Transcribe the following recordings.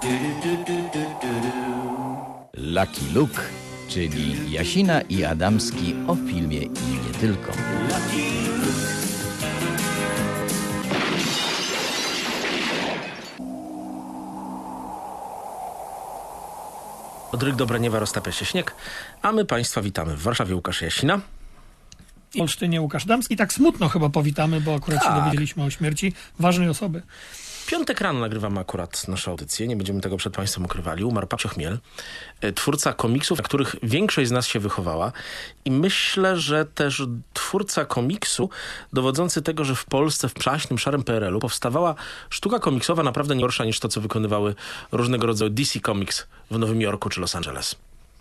Lucky Luke, czyli Jasina i Adamski o filmie i nie tylko. Od ryk do Braniewa roztapia się śnieg, a my Państwa witamy w Warszawie. Łukasz Jasina. W Olsztynie Łukasz Adamski. Tak smutno chyba powitamy, bo akurat się dowiedzieliśmy o śmierci ważnej osoby. Piątek rano nagrywamy akurat naszą audycję, nie będziemy tego przed Państwem ukrywali. Umarł Pacio Chmiel, twórca komiksów, na których większość z nas się wychowała, i myślę, że też twórca komiksu dowodzący tego, że w Polsce w przaśnym, szarym PRL-u powstawała sztuka komiksowa naprawdę nie gorsza niż to, co wykonywały różnego rodzaju DC Comics w Nowym Jorku czy Los Angeles.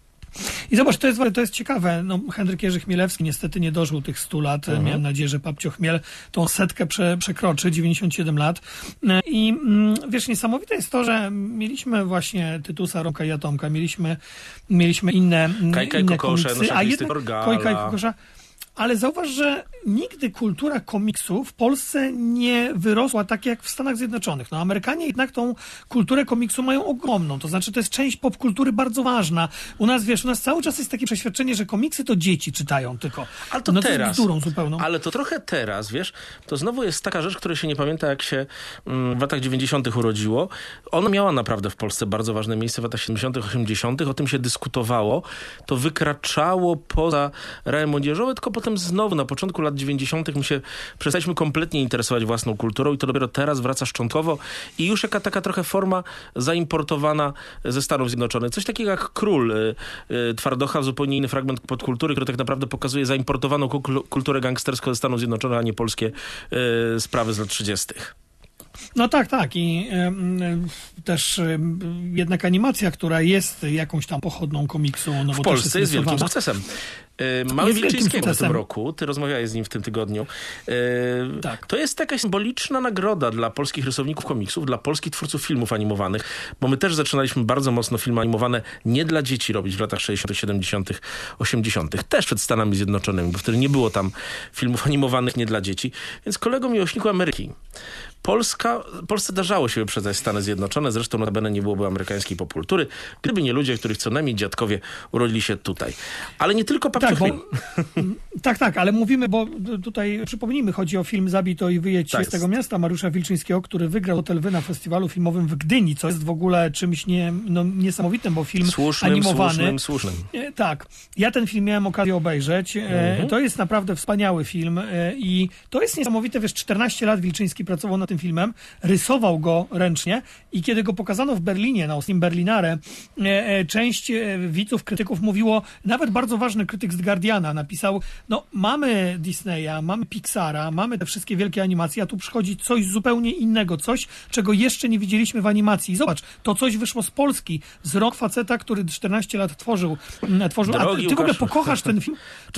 I zobacz, to jest ciekawe. No, Henryk Jerzy Chmielewski niestety nie dożył tych 100 lat. Miałem nadzieję, że Papcio Chmiel tą 100 przekroczy, 97 lat. I wiesz, niesamowite jest to, że mieliśmy właśnie Tytusa, Romka i Atomka, mieliśmy inne komiksy, a jednak Kajka i Kokosza. Ale zauważ, że nigdy kultura komiksu w Polsce nie wyrosła tak jak w Stanach Zjednoczonych. No, Amerykanie jednak tą kulturę komiksu mają ogromną. To znaczy, to jest część popkultury bardzo ważna. U nas cały czas jest takie przeświadczenie, że komiksy to dzieci czytają tylko. Ale to teraz. To jest bzdurą zupełną. Ale to trochę teraz, wiesz, to znowu jest taka rzecz, której się nie pamięta, jak się w latach 90. urodziło. Ona miała naprawdę w Polsce bardzo ważne miejsce w latach 70., 80. O tym się dyskutowało. To wykraczało poza raje młodzieżowe, tylko potem znowu na początku lat 90. my się przestaliśmy kompletnie interesować własną kulturą i to dopiero teraz wraca szczątkowo i już jaka taka trochę forma zaimportowana ze Stanów Zjednoczonych. Coś takiego jak Król Twardocha, zupełnie inny fragment podkultury, który tak naprawdę pokazuje zaimportowaną kulturę gangsterską ze Stanów Zjednoczonych, a nie polskie sprawy z lat 30. No tak. I też jednak animacja, która jest jakąś tam pochodną komiksu. No, w Polsce jest wielkim sukcesem. Mały Wilczyńskiego w tym roku, ty rozmawiałeś z nim w tym tygodniu. Tak. To jest taka symboliczna nagroda dla polskich rysowników komiksów, dla polskich twórców filmów animowanych, bo my też zaczynaliśmy bardzo mocno filmy animowane nie dla dzieci robić w latach 60., 70., 80. Też przed Stanami Zjednoczonymi, bo wtedy nie było tam filmów animowanych nie dla dzieci. Więc kolego miłośniku Ameryki, Polsce darzało się wyprzedzać Stany Zjednoczone, zresztą notabene nie byłoby amerykańskiej popkultury, gdyby nie ludzie, których co najmniej dziadkowie urodzili się tutaj. Ale nie tylko Papcio Chmiel. Tak, ale mówimy, bo tutaj przypomnijmy, chodzi o film Zabij to i wyjedź z tego miasta Mariusza Wilczyńskiego, który wygrał Hotel Wy na festiwalu filmowym w Gdyni, co jest w ogóle czymś niesamowitym, bo film animowany. Słusznym. Tak. Ja ten film miałem okazję obejrzeć. To jest naprawdę wspaniały film i to jest niesamowite, wiesz, 14 lat Wilczyński pracował nad tym filmem, rysował go ręcznie i kiedy go pokazano w Berlinie, na Ostim Berlinare, część widzów, krytyków mówiło, nawet bardzo ważny krytyk z Guardiana napisał, no mamy Disneya, mamy Pixara, mamy te wszystkie wielkie animacje, a tu przychodzi coś zupełnie innego, coś, czego jeszcze nie widzieliśmy w animacji. I zobacz, to coś wyszło z Polski, z rąk faceta, który 14 lat tworzył. A ty w ogóle pokochasz ten film?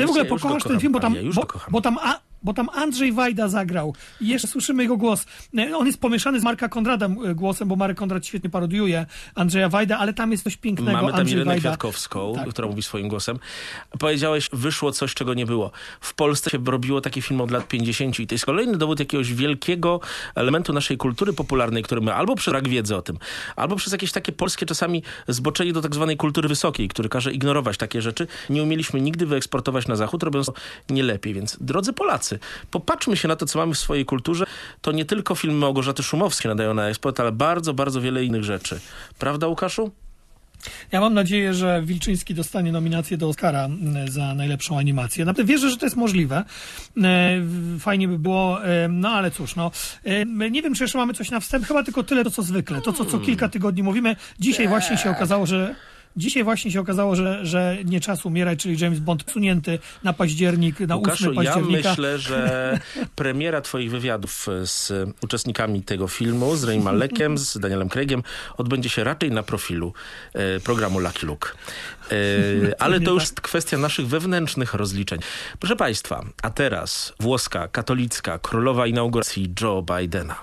Bo tam Andrzej Wajda zagrał. I jeszcze słyszymy jego głos. On jest pomieszany z Marka Konradem głosem, bo Marek Konrad świetnie parodiuje Andrzeja Wajda, ale tam jest coś pięknego. Mamy tam Andrzej Jelenę Wajda. Kwiatkowską, która mówi swoim głosem. Powiedziałeś, wyszło coś, czego nie było. W Polsce się robiło taki film od lat 50 i to jest kolejny dowód jakiegoś wielkiego elementu naszej kultury popularnej, który my albo przez brak wiedzy o tym, albo przez jakieś takie polskie czasami zboczenie do tak zwanej kultury wysokiej, który każe ignorować takie rzeczy, nie umieliśmy nigdy wyeksportować na zachód, robiąc to nie lepiej. Więc drodzy Polacy, popatrzmy się na to, co mamy w swojej kulturze. To nie tylko filmy Małgorzaty Szumowskiej nadają na eksport, ale bardzo, bardzo wiele innych rzeczy. Prawda, Łukaszu? Ja mam nadzieję, że Wilczyński dostanie nominację do Oscara za najlepszą animację. Naprawdę wierzę, że to jest możliwe. Fajnie by było, no ale cóż, nie wiem, czy jeszcze mamy coś na wstęp. Chyba tylko tyle, co zwykle. To, co kilka tygodni mówimy. Dzisiaj właśnie się okazało, że nie czas umierać, czyli James Bond sunięty na październik, na Łukaszu, 8 października. Ja myślę, że premiera twoich wywiadów z uczestnikami tego filmu, z Rami Malekiem, z Danielem Craigiem, odbędzie się raczej na profilu programu Lucky Luke. Ale to już kwestia naszych wewnętrznych rozliczeń. Proszę Państwa, a teraz włoska, katolicka, królowa inauguracji Joe Bidena.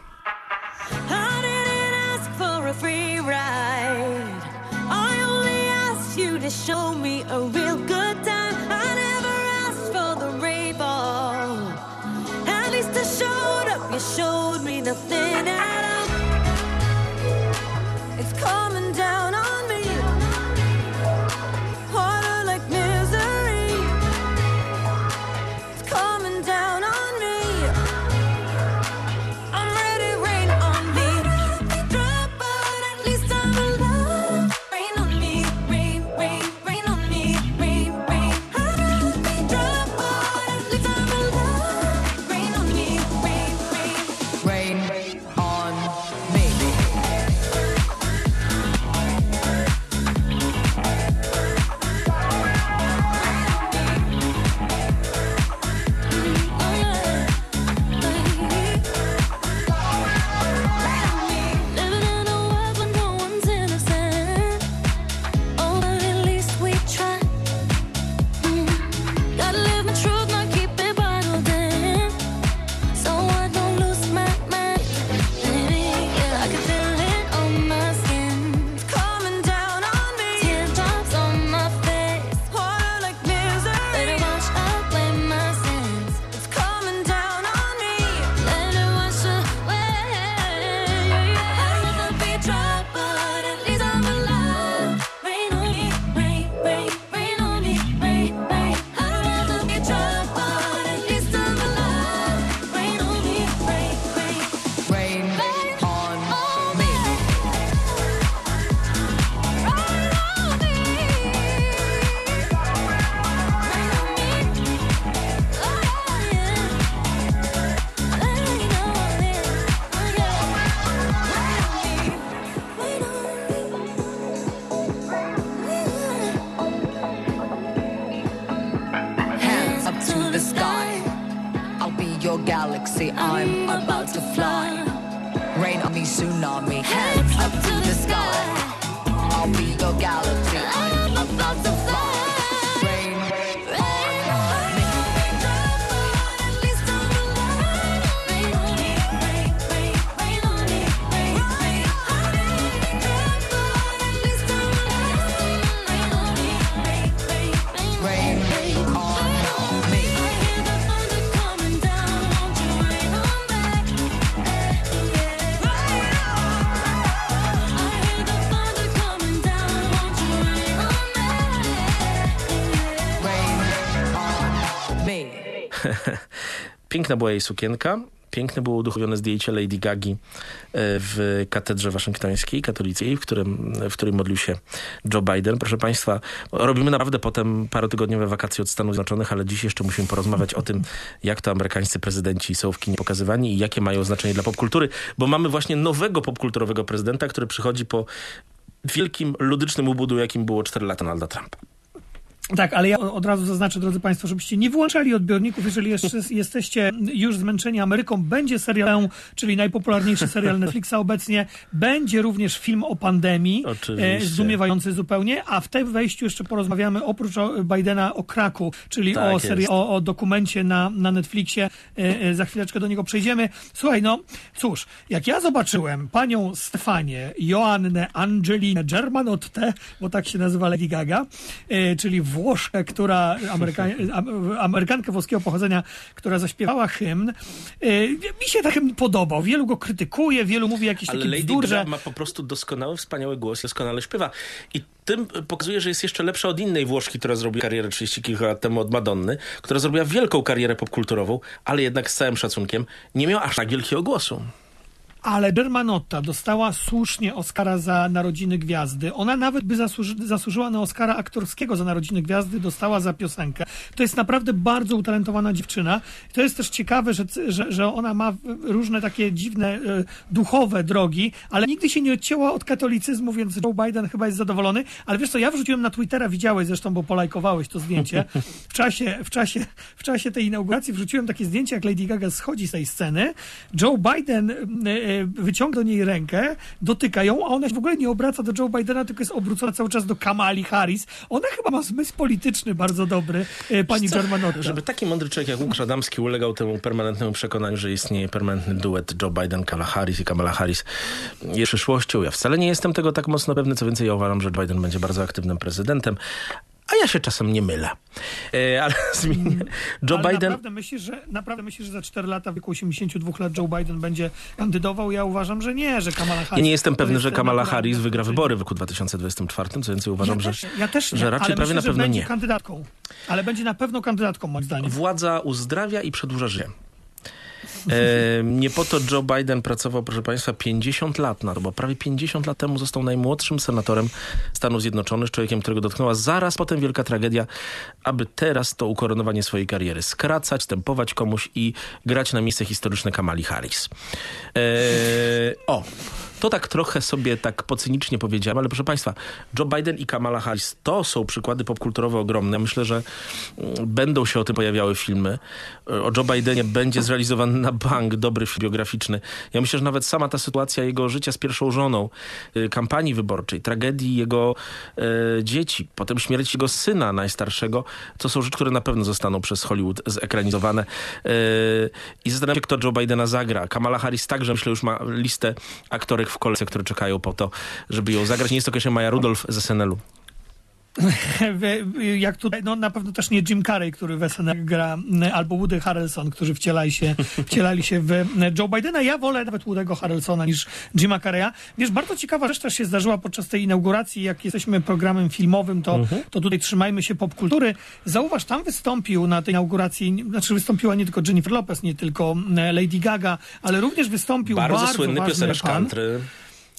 To show me a real good time. I never asked for the rainbow. At least I showed up. You showed me nothing at all. It's coming. galaxy, I'm about to fly. Rain on me, tsunami, hands up to the sky. I'll be your galaxy, I'm about to fly. Rain, rain on me. At least I'm alive. Rain on me, rain, rain, rain on me, rain, rain, at least I'm alive. Rain on me, rain, rain, rain, rain on me. I hear the thunder coming down, won't you rain on back? I hear the thunder coming down, won't you rain on back? Rain on me. Piękna była jej sukienka. Piękne było uduchowione zdjęcie Lady Gagi w katedrze waszyngtońskiej, katolickiej, w której modlił się Joe Biden. Proszę Państwa, robimy naprawdę potem parotygodniowe wakacje od Stanów Zjednoczonych, ale dziś jeszcze musimy porozmawiać o tym, jak to amerykańscy prezydenci są w kinie pokazywani i jakie mają znaczenie dla popkultury, bo mamy właśnie nowego popkulturowego prezydenta, który przychodzi po wielkim, ludycznym ubudu, jakim było 4 lata Donalda Trumpa. Tak, ale ja od razu zaznaczę, drodzy Państwo, żebyście nie wyłączali odbiorników, jeżeli jeszcze jesteście już zmęczeni Ameryką. Będzie serial, czyli najpopularniejszy serial Netflixa obecnie. Będzie również film o pandemii, zdumiewający zupełnie, a w tym wejściu jeszcze porozmawiamy oprócz Bidena o Kraku, czyli tak o dokumencie na Netflixie. Za chwileczkę do niego przejdziemy. Słuchaj, no cóż, jak ja zobaczyłem panią Stefanię Joannę Angelinę Germanotte, bo tak się nazywa Lady Gaga, czyli Włoszkę, która Amerykankę włoskiego pochodzenia, która zaśpiewała hymn. Mi się tak podobał. Wielu go krytykuje, wielu mówi jakieś takie bzdury, że... Ale Lady Gaga ma po prostu doskonały, wspaniały głos i doskonale śpiewa. I tym pokazuje, że jest jeszcze lepsza od innej Włoszki, która zrobiła karierę 30 kilka lat temu, od Madonny, która zrobiła wielką karierę popkulturową, ale jednak z całym szacunkiem nie miała aż tak wielkiego głosu. Ale Germanotta dostała słusznie Oscara za Narodziny Gwiazdy. Ona nawet by zasłużyła na Oscara aktorskiego za Narodziny Gwiazdy, dostała za piosenkę. To jest naprawdę bardzo utalentowana dziewczyna. To jest też ciekawe, że ona ma różne takie dziwne, duchowe drogi, ale nigdy się nie odcięła od katolicyzmu, więc Joe Biden chyba jest zadowolony. Ale wiesz co, ja wrzuciłem na Twittera, widziałeś zresztą, bo polajkowałeś to zdjęcie. W czasie tej inauguracji wrzuciłem takie zdjęcie, jak Lady Gaga schodzi z tej sceny. Joe Biden wyciąga do niej rękę, dotyka ją, a ona się w ogóle nie obraca do Joe Bidena, tylko jest obrócona cały czas do Kamali Harris. Ona chyba ma zmysł polityczny bardzo dobry, pani Germanotta. Żeby taki mądry człowiek jak Łukasz Adamski ulegał temu permanentnemu przekonaniu, że istnieje permanentny duet Joe Biden, Kamala Harris i Kamala Harris jest przyszłością. Ja wcale nie jestem tego tak mocno pewny, co więcej ja uważam, że Biden będzie bardzo aktywnym prezydentem. A ja się czasem nie mylę. Ale Joe Biden... Naprawdę myślisz, że za 4 lata, w wieku 82 lat Joe Biden będzie kandydował? Ja uważam, że nie, że Kamala Harris... Ja nie jestem pewny, że Kamala Harris wygra wybory w roku 2024, co więcej uważam, że raczej prawie na pewno nie. Kandydatką. Ale będzie na pewno kandydatką, moim zdaniem. Władza uzdrawia i przedłuża życie. Nie po to Joe Biden pracował, proszę Państwa, 50 lat na to, bo prawie 50 lat temu został najmłodszym senatorem Stanów Zjednoczonych, człowiekiem, którego dotknęła zaraz potem wielka tragedia, aby teraz to ukoronowanie swojej kariery skracać, stępować komuś i grać na miejsce historyczne Kamali Harris. To tak trochę sobie tak pocynicznie powiedziałem, ale proszę Państwa, Joe Biden i Kamala Harris to są przykłady popkulturowe ogromne. Myślę, że będą się o tym pojawiały filmy. O Joe Bidenie będzie zrealizowany na bank dobry film biograficzny. Ja myślę, że nawet sama ta sytuacja jego życia z pierwszą żoną, kampanii wyborczej, tragedii jego dzieci, potem śmierci jego syna najstarszego, to są rzeczy, które na pewno zostaną przez Hollywood zekranizowane. I zastanawiam się, kto Joe Bidena zagra. Kamala Harris także, myślę, już ma listę aktorek w kolejce, które czekają po to, żeby ją zagrać. Nie jest to koniecznie Maja Rudolph z SNL-u. Jak tutaj, no na pewno też nie Jim Carrey, który w SNL gra, albo Woody Harrelson, którzy wcielali się w Joe Bidena. Ja wolę nawet Woody'ego Harrelsona niż Jima Carreya. Wiesz, bardzo ciekawa rzecz też się zdarzyła podczas tej inauguracji. Jak jesteśmy programem filmowym, to tutaj trzymajmy się popkultury. Zauważ, tam wystąpił na tej inauguracji, wystąpiła nie tylko Jennifer Lopez, nie tylko Lady Gaga, ale również wystąpił bardzo słynny ważny piosenkarz country.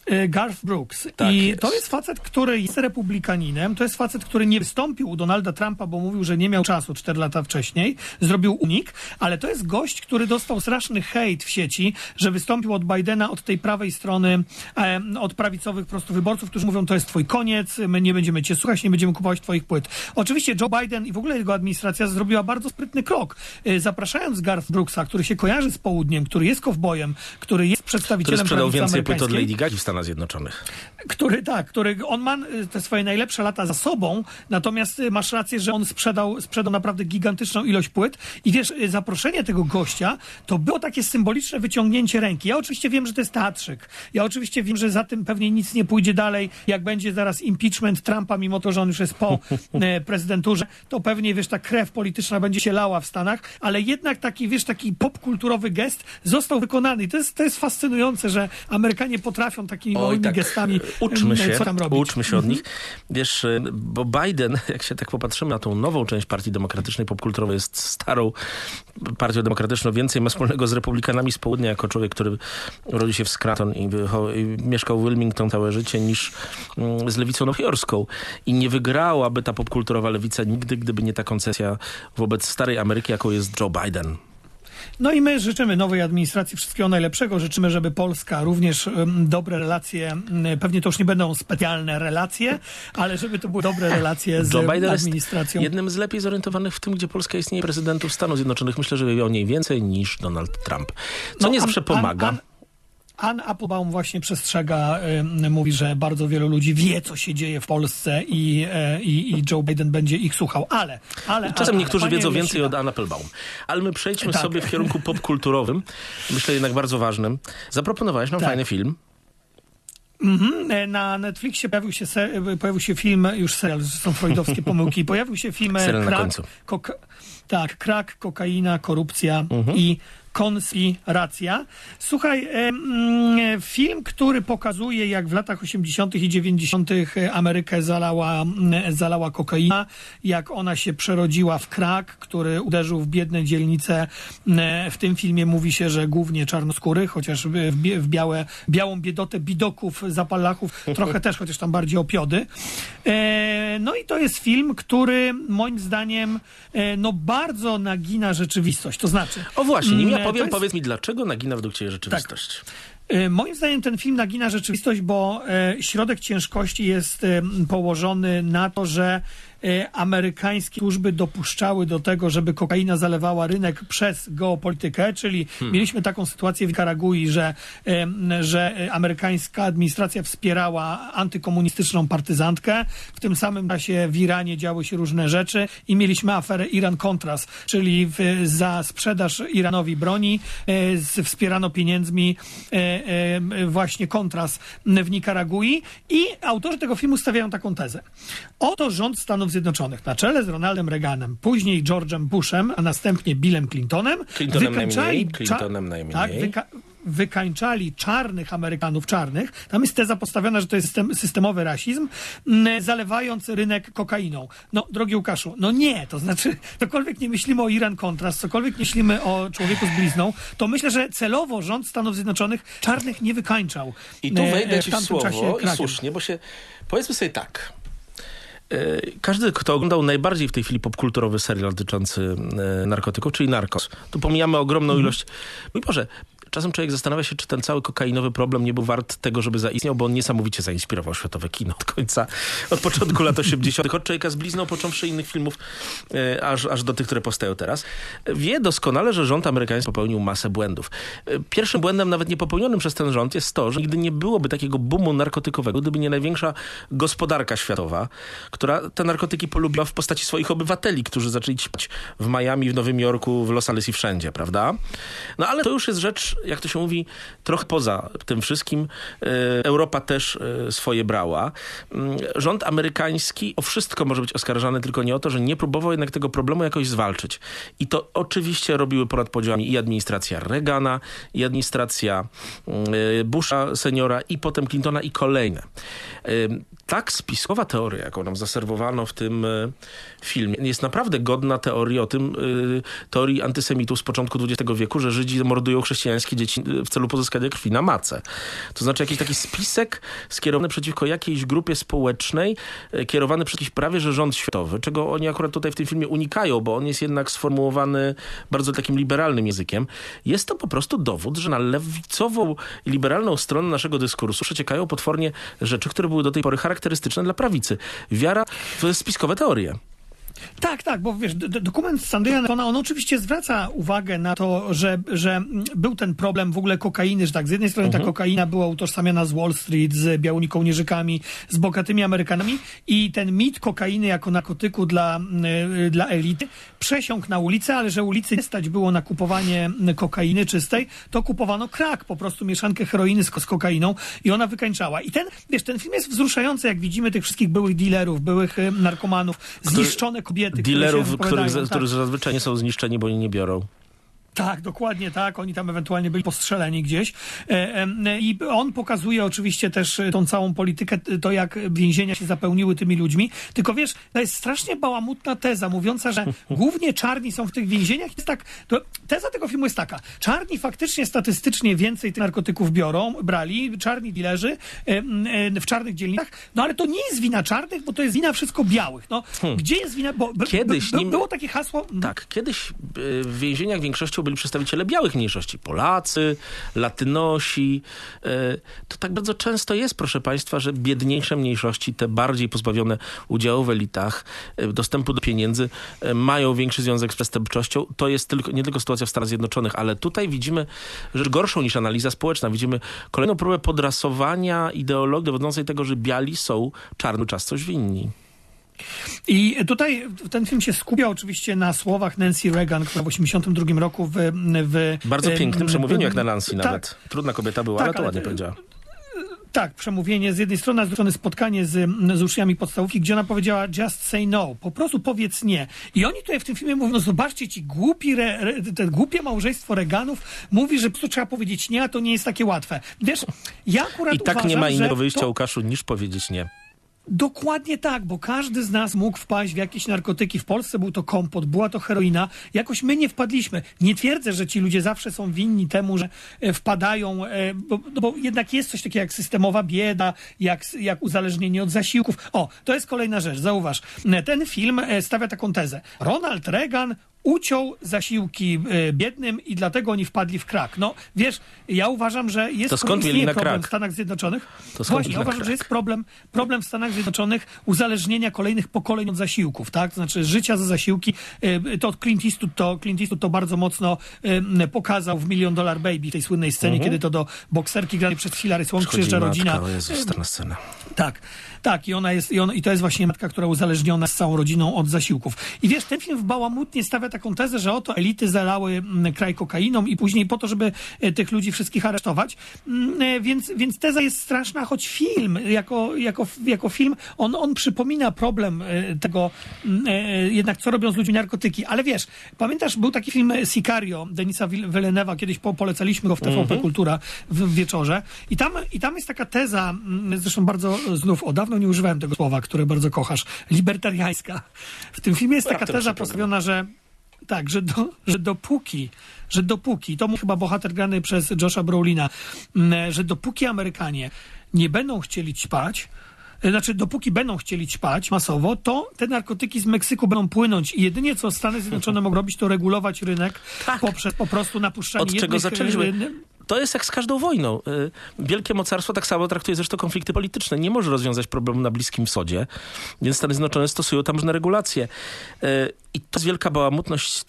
Garth Brooks. Tak I jest. to jest facet, który jest republikaninem. To jest facet, który nie wystąpił u Donalda Trumpa, bo mówił, że nie miał czasu 4 lata wcześniej. Zrobił unik, ale to jest gość, który dostał straszny hejt w sieci, że wystąpił od Bidena, od tej prawej strony, od prawicowych po prostu wyborców, którzy mówią, to jest twój koniec, my nie będziemy cię słuchać, nie będziemy kupować twoich płyt. Oczywiście Joe Biden i w ogóle jego administracja zrobiła bardzo sprytny krok. Zapraszając Garth Brooksa, który się kojarzy z południem, który jest kowbojem, który jest przedstawicielem Który sprzedał prawicy więcej płyt od amerykańskiej. Lady Gagi w Stanach Zjednoczonych. On ma te swoje najlepsze lata za sobą, natomiast masz rację, że on sprzedał naprawdę gigantyczną ilość płyt i wiesz, zaproszenie tego gościa to było takie symboliczne wyciągnięcie ręki. Ja oczywiście wiem, że to jest teatrzyk. Ja oczywiście wiem, że za tym pewnie nic nie pójdzie dalej, jak będzie zaraz impeachment Trumpa, mimo to, że on już jest po prezydenturze, to pewnie, wiesz, ta krew polityczna będzie się lała w Stanach, ale jednak taki, wiesz, taki popkulturowy gest został wykonany i to jest fascynujące, że Amerykanie potrafią takimi małymi gestami Uczmy się od nich. Wiesz, bo Biden, jak się tak popatrzymy na tą nową część Partii Demokratycznej, popkulturowej, jest starą Partią Demokratyczną, więcej ma wspólnego z republikanami z południa, jako człowiek, który urodził się w Scranton i mieszkał w Wilmington całe życie, niż z lewicą nowjorską. I nie wygrałaby ta popkulturowa lewica nigdy, gdyby nie ta koncesja wobec starej Ameryki, jaką jest Joe Biden. No i my życzymy nowej administracji wszystkiego najlepszego. Życzymy, żeby Polska również dobre relacje, pewnie to już nie będą specjalne relacje, ale żeby to były dobre relacje z Joe Biden administracją. jest jednym z lepiej zorientowanych w tym, gdzie Polska istnieje, prezydentów Stanów Zjednoczonych. Myślę, że wie o niej więcej niż Donald Trump. Co nie zawsze pomaga. Ann Applebaum właśnie przestrzega, mówi, że bardzo wielu ludzi wie, co się dzieje w Polsce i Joe Biden będzie ich słuchał, ale Czasem niektórzy wiedzą Jasiu, więcej od Ann Applebaum. Ale my przejdźmy sobie w kierunku popkulturowym, myślę jednak bardzo ważnym. Zaproponowałeś nam fajny film. Na Netflixie pojawił się film, już serial, to są freudowskie pomyłki, pojawił się film Crack, kokaina, korupcja i konspiracja. Słuchaj, film, który pokazuje, jak w latach 80. i 90. Amerykę zalała kokaina, jak ona się przerodziła w crack, który uderzył w biedne dzielnice. W tym filmie mówi się, że głównie czarnoskórych, chociaż w białą biedotę bidoków, zapalachów, trochę też, chociaż tam bardziej opiody. No i to jest film, który moim zdaniem bardzo nagina rzeczywistość. To znaczy... O właśnie, nim ja powiem, powiedz mi, dlaczego nagina według ciebie rzeczywistość? Tak. Moim zdaniem ten film nagina rzeczywistość, bo środek ciężkości jest położony na to, że amerykańskie służby dopuszczały do tego, żeby kokaina zalewała rynek przez geopolitykę, czyli mieliśmy taką sytuację w Nikaragui, że amerykańska administracja wspierała antykomunistyczną partyzantkę. W tym samym czasie w Iranie działy się różne rzeczy i mieliśmy aferę Iran-Contras, czyli za sprzedaż Iranowi broni wspierano pieniędzmi właśnie Contras w Nikaragui i autorzy tego filmu stawiają taką tezę. Oto rząd Stanów Zjednoczonych na czele z Ronaldem Reaganem, później George'em Bushem, a następnie Billem Clintonem wykańczali czarnych Amerykanów, tam jest teza postawiona, że to jest systemowy rasizm, zalewając rynek kokainą. No, drogi Łukaszu, no nie, to znaczy, cokolwiek nie myślimy o Iran-Contras, cokolwiek nie myślimy o człowieku z blizną, to myślę, że celowo rząd Stanów Zjednoczonych czarnych nie wykańczał. I tu wejdę ci w słowo i słusznie, bo powiedzmy sobie tak, każdy, kto oglądał najbardziej w tej chwili popkulturowy serial dotyczący narkotyków, czyli Narcos, tu pomijamy ogromną ilość... Mój Boże, czasem człowiek zastanawia się, czy ten cały kokainowy problem nie był wart tego, żeby zaistniał, bo on niesamowicie zainspirował światowe kino od początku lat 80. Od Człowieka z blizną, począwszy innych filmów, aż do tych, które powstają teraz. Wie doskonale, że rząd amerykański popełnił masę błędów. Pierwszym błędem, nawet nie popełnionym przez ten rząd, jest to, że nigdy nie byłoby takiego boomu narkotykowego, gdyby nie największa gospodarka światowa, która te narkotyki polubiła w postaci swoich obywateli, którzy zaczęli ćpać w Miami, w Nowym Jorku, w Los Angeles i wszędzie, prawda? No ale to już jest rzecz, jak to się mówi, trochę poza tym wszystkim. Europa też swoje brała. Rząd amerykański o wszystko może być oskarżany, tylko nie o to, że nie próbował jednak tego problemu jakoś zwalczyć. I to oczywiście robiły ponad podziałami i administracja Reagana, i administracja Busha seniora, i potem Clintona, i kolejne. Tak spiskowa teoria, jaką nam zaserwowano w tym filmie, jest naprawdę godna teorii o tym, teorii antysemitów z początku XX wieku, że Żydzi mordują chrześcijańskie dzieci w celu pozyskania krwi na macę. To znaczy jakiś taki spisek skierowany przeciwko jakiejś grupie społecznej, kierowany przez jakiś prawie że rząd światowy, czego oni akurat tutaj w tym filmie unikają, bo on jest jednak sformułowany bardzo takim liberalnym językiem. Jest to po prostu dowód, że na lewicową i liberalną stronę naszego dyskursu przeciekają potwornie rzeczy, które były do tej pory charakterystyczne dla prawicy. Wiara w spiskowe teorie. Tak, bo wiesz, dokument Sandeya Naftona, on oczywiście zwraca uwagę na to, że był ten problem w ogóle kokainy, że tak, z jednej strony ta kokaina była utożsamiana z Wall Street, z białymi kołnierzykami, z bogatymi Amerykanami i ten mit kokainy jako narkotyku dla elity przesiąkł na ulicę, ale że ulicy nie stać było na kupowanie kokainy czystej, to kupowano crack, po prostu mieszankę heroiny z kokainą i ona wykańczała. I ten film jest wzruszający, jak widzimy tych wszystkich byłych dealerów, byłych narkomanów, zniszczone kobiety, dealerów, którzy zazwyczaj nie są zniszczeni, bo oni nie biorą. Tak, dokładnie tak. Oni tam ewentualnie byli postrzeleni gdzieś. I on pokazuje oczywiście też tą całą politykę, to jak więzienia się zapełniły tymi ludźmi. Tylko wiesz, to jest strasznie bałamutna teza, mówiąca, że głównie czarni są w tych więzieniach. Jest tak, teza tego filmu jest taka. Czarni faktycznie statystycznie więcej tych narkotyków brali, czarni dilerzy w czarnych dzielnicach, no ale to nie jest wina czarnych, bo to jest wina wszystko białych. No, gdzie jest wina? Bo było takie hasło... Tak, kiedyś w więzieniach większością byli przedstawiciele białych mniejszości. Polacy, Latynosi. To tak bardzo często jest, proszę państwa, że biedniejsze mniejszości, te bardziej pozbawione udziału w elitach, dostępu do pieniędzy, mają większy związek z przestępczością. To jest nie tylko sytuacja w Stanach Zjednoczonych, ale tutaj widzimy rzecz gorszą niż analiza społeczna. Widzimy kolejną próbę podrasowania ideologii dowodzącej tego, że biali są czarny czas coś winni. I tutaj ten film się skupia oczywiście na słowach Nancy Reagan, która w 1982 roku w bardzo pięknym przemówieniu jak na Nancy nawet. Trudna kobieta była, ale to ładnie powiedziała. Tak, przemówienie z jednej strony, a z drugiej strony spotkanie z uczniami podstawówki, gdzie ona powiedziała just say no, po prostu powiedz nie. I oni tutaj w tym filmie mówią, no zobaczcie, ci te głupie małżeństwo Reaganów mówi, że po prostu trzeba powiedzieć nie, a to nie jest takie łatwe. Wiesz, ja akurat uważam, uważam, nie ma innego wyjścia, Łukaszu, niż powiedzieć nie. Dokładnie tak, bo każdy z nas mógł wpaść w jakieś narkotyki. W Polsce był to kompot, była to heroina. Jakoś my nie wpadliśmy. Nie twierdzę, że ci ludzie zawsze są winni temu, że wpadają, bo jednak jest coś takiego jak systemowa bieda, jak uzależnienie od zasiłków. O, to jest kolejna rzecz, zauważ. Ten film stawia taką tezę. Ronald Reagan uciął zasiłki biednym i dlatego oni wpadli w crack. No, wiesz, ja uważam, że jest problem w Stanach Zjednoczonych. Właśnie, ja uważam, że jest problem w Stanach Zjednoczonych uzależnienia kolejnych pokoleń od zasiłków, tak? To znaczy życia za zasiłki. To Clint Eastwood to bardzo mocno pokazał w $1 Million Baby, tej słynnej scenie, kiedy to do bokserki granej przez Hilary Swank przyjeżdża rodzina. O Jezus, straszna scena. Tak, i to jest właśnie matka, która uzależniona z całą rodziną od zasiłków. I wiesz, ten film bałamutnie stawia taką tezę, że oto elity zalały kraj kokainą i później po to, żeby tych ludzi wszystkich aresztować. Więc teza jest straszna, choć film, jako film, on przypomina problem tego, jednak co robią z ludźmi narkotyki. Ale wiesz, pamiętasz, był taki film Sicario, Denisa Villeneuve'a, kiedyś polecaliśmy go w TVP Kultura w wieczorze. I tam jest taka teza, zresztą bardzo znów, dawno nie używałem tego słowa, które bardzo kochasz, libertariańska. W tym filmie jest taka teza postawiona, że tak, że dopóki, to mu chyba bohater grany przez Josha Brolina, że dopóki Amerykanie nie będą chcieli ćpać, dopóki będą chcieli ćpać masowo, to te narkotyki z Meksyku będą płynąć i jedynie co Stany Zjednoczone mogą robić, to regulować rynek poprzez po prostu napuszczanie od czego zaczęliśmy. To jest jak z każdą wojną. Wielkie mocarstwo tak samo traktuje zresztą konflikty polityczne. Nie może rozwiązać problemu na Bliskim Wschodzie, więc Stany Zjednoczone stosują tam różne regulacje. I to jest wielka bałamutność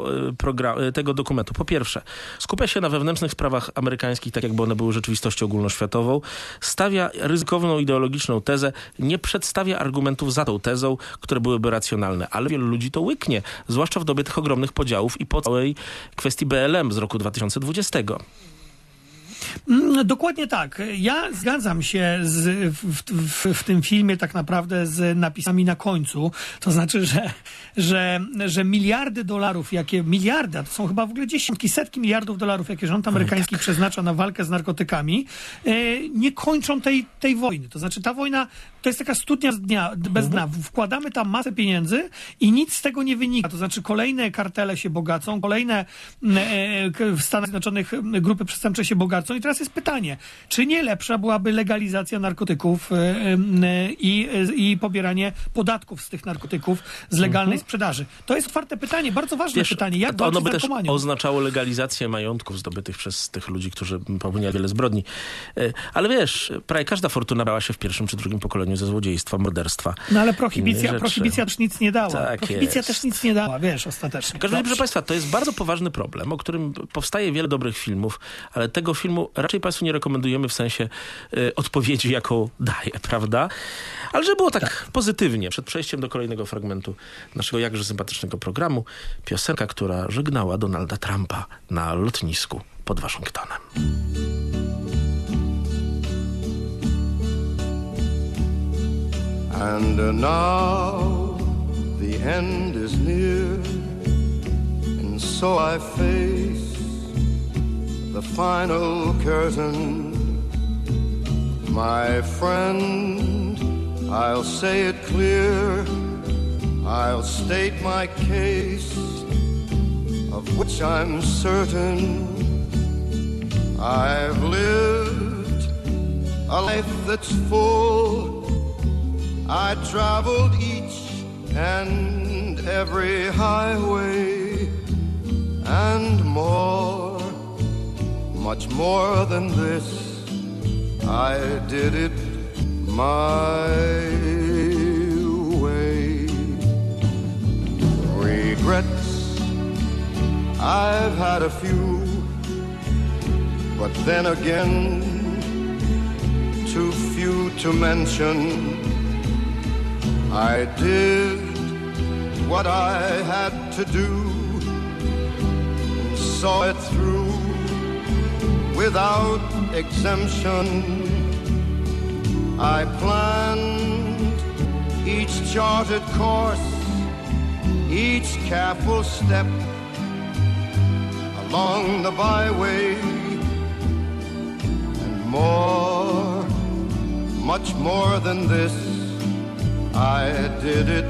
tego dokumentu. Po pierwsze, skupia się na wewnętrznych sprawach amerykańskich, tak jakby one były rzeczywistością ogólnoświatową. Stawia ryzykowną ideologiczną tezę. Nie przedstawia argumentów za tą tezą, które byłyby racjonalne. Ale wielu ludzi to łyknie. Zwłaszcza w dobie tych ogromnych podziałów i po całej kwestii BLM z roku 2020. Dokładnie tak. Ja zgadzam się w tym filmie tak naprawdę z napisami na końcu. To znaczy, że miliardy dolarów, miliardy, a to są chyba w ogóle dziesiątki, setki miliardów dolarów, jakie rząd amerykański przeznacza na walkę z narkotykami, nie kończą tej wojny. To znaczy ta wojna to jest taka studnia bez dna. Wkładamy tam masę pieniędzy i nic z tego nie wynika. To znaczy kolejne kartele się bogacą, kolejne w Stanach Zjednoczonych grupy przestępcze się bogacą. I teraz jest pytanie, czy nie lepsza byłaby legalizacja narkotyków i pobieranie podatków z tych narkotyków z legalnej sprzedaży? To jest otwarte pytanie, bardzo ważne pytanie. Jak ono by z narkomanią? też oznaczało legalizację majątków zdobytych przez tych ludzi, którzy popełniali wiele zbrodni. Ale wiesz, prawie każda fortuna brała się w pierwszym czy drugim pokoleniu ze złodziejstwa, morderstwa. No ale prohibicja też nic nie dała. Tak prohibicja jest. też nic nie dała, wiesz, ostatecznie. W każdym razie, proszę Państwa, to jest bardzo poważny problem, o którym powstaje wiele dobrych filmów, ale tego filmu raczej Państwu nie rekomendujemy w sensie odpowiedzi, jaką daje, prawda? Ale żeby było tak pozytywnie, przed przejściem do kolejnego fragmentu naszego jakże sympatycznego programu, piosenka, która żegnała Donalda Trumpa na lotnisku pod Waszyngtonem. And now the end is near, and so I face the final curtain. My friend, I'll say it clear, I'll state my case, of which I'm certain. I've lived a life that's full, I traveled each and every highway, and more, much more than this, I did it my way. Regrets, I've had a few, but then again, too few to mention. I did what I had to do, and saw it through without exemption. I planned each charted course, each careful step along the byway, and more, much more than this, I did it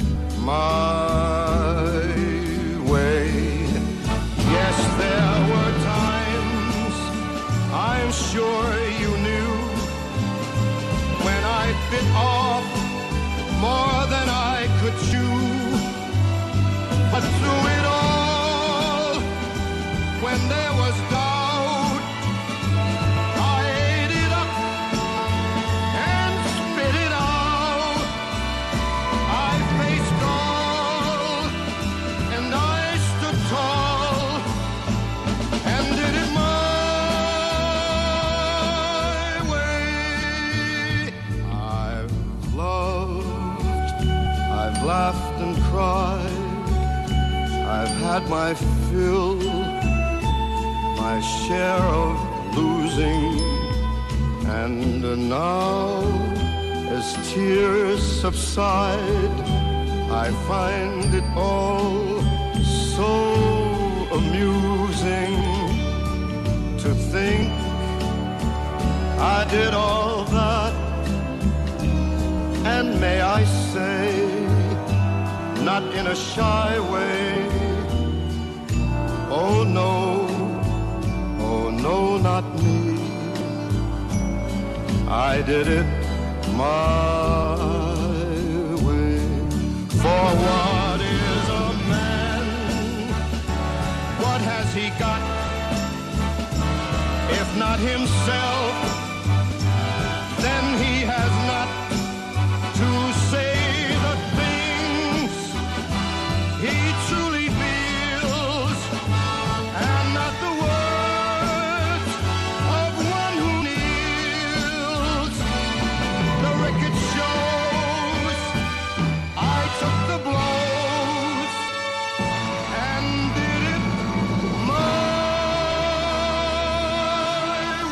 my way. Yes, there were times, I'm sure you knew, when I bit off more than I could chew. But through it all, when there was doubt, I ate it up and spit it out. I faced all, and I stood tall, and did it my way. I've loved, I've laughed and cried, I've had my fill, my share of losing, and now, as tears subside, I find it all so amusing to think I did all that, and may I say, not in a shy way, oh no, not me, I did it my way. For what is a man? What has he got? If not himself, then he has not to say the things he truly feels, and not the words of one who kneels. The record shows I took the blows and did it my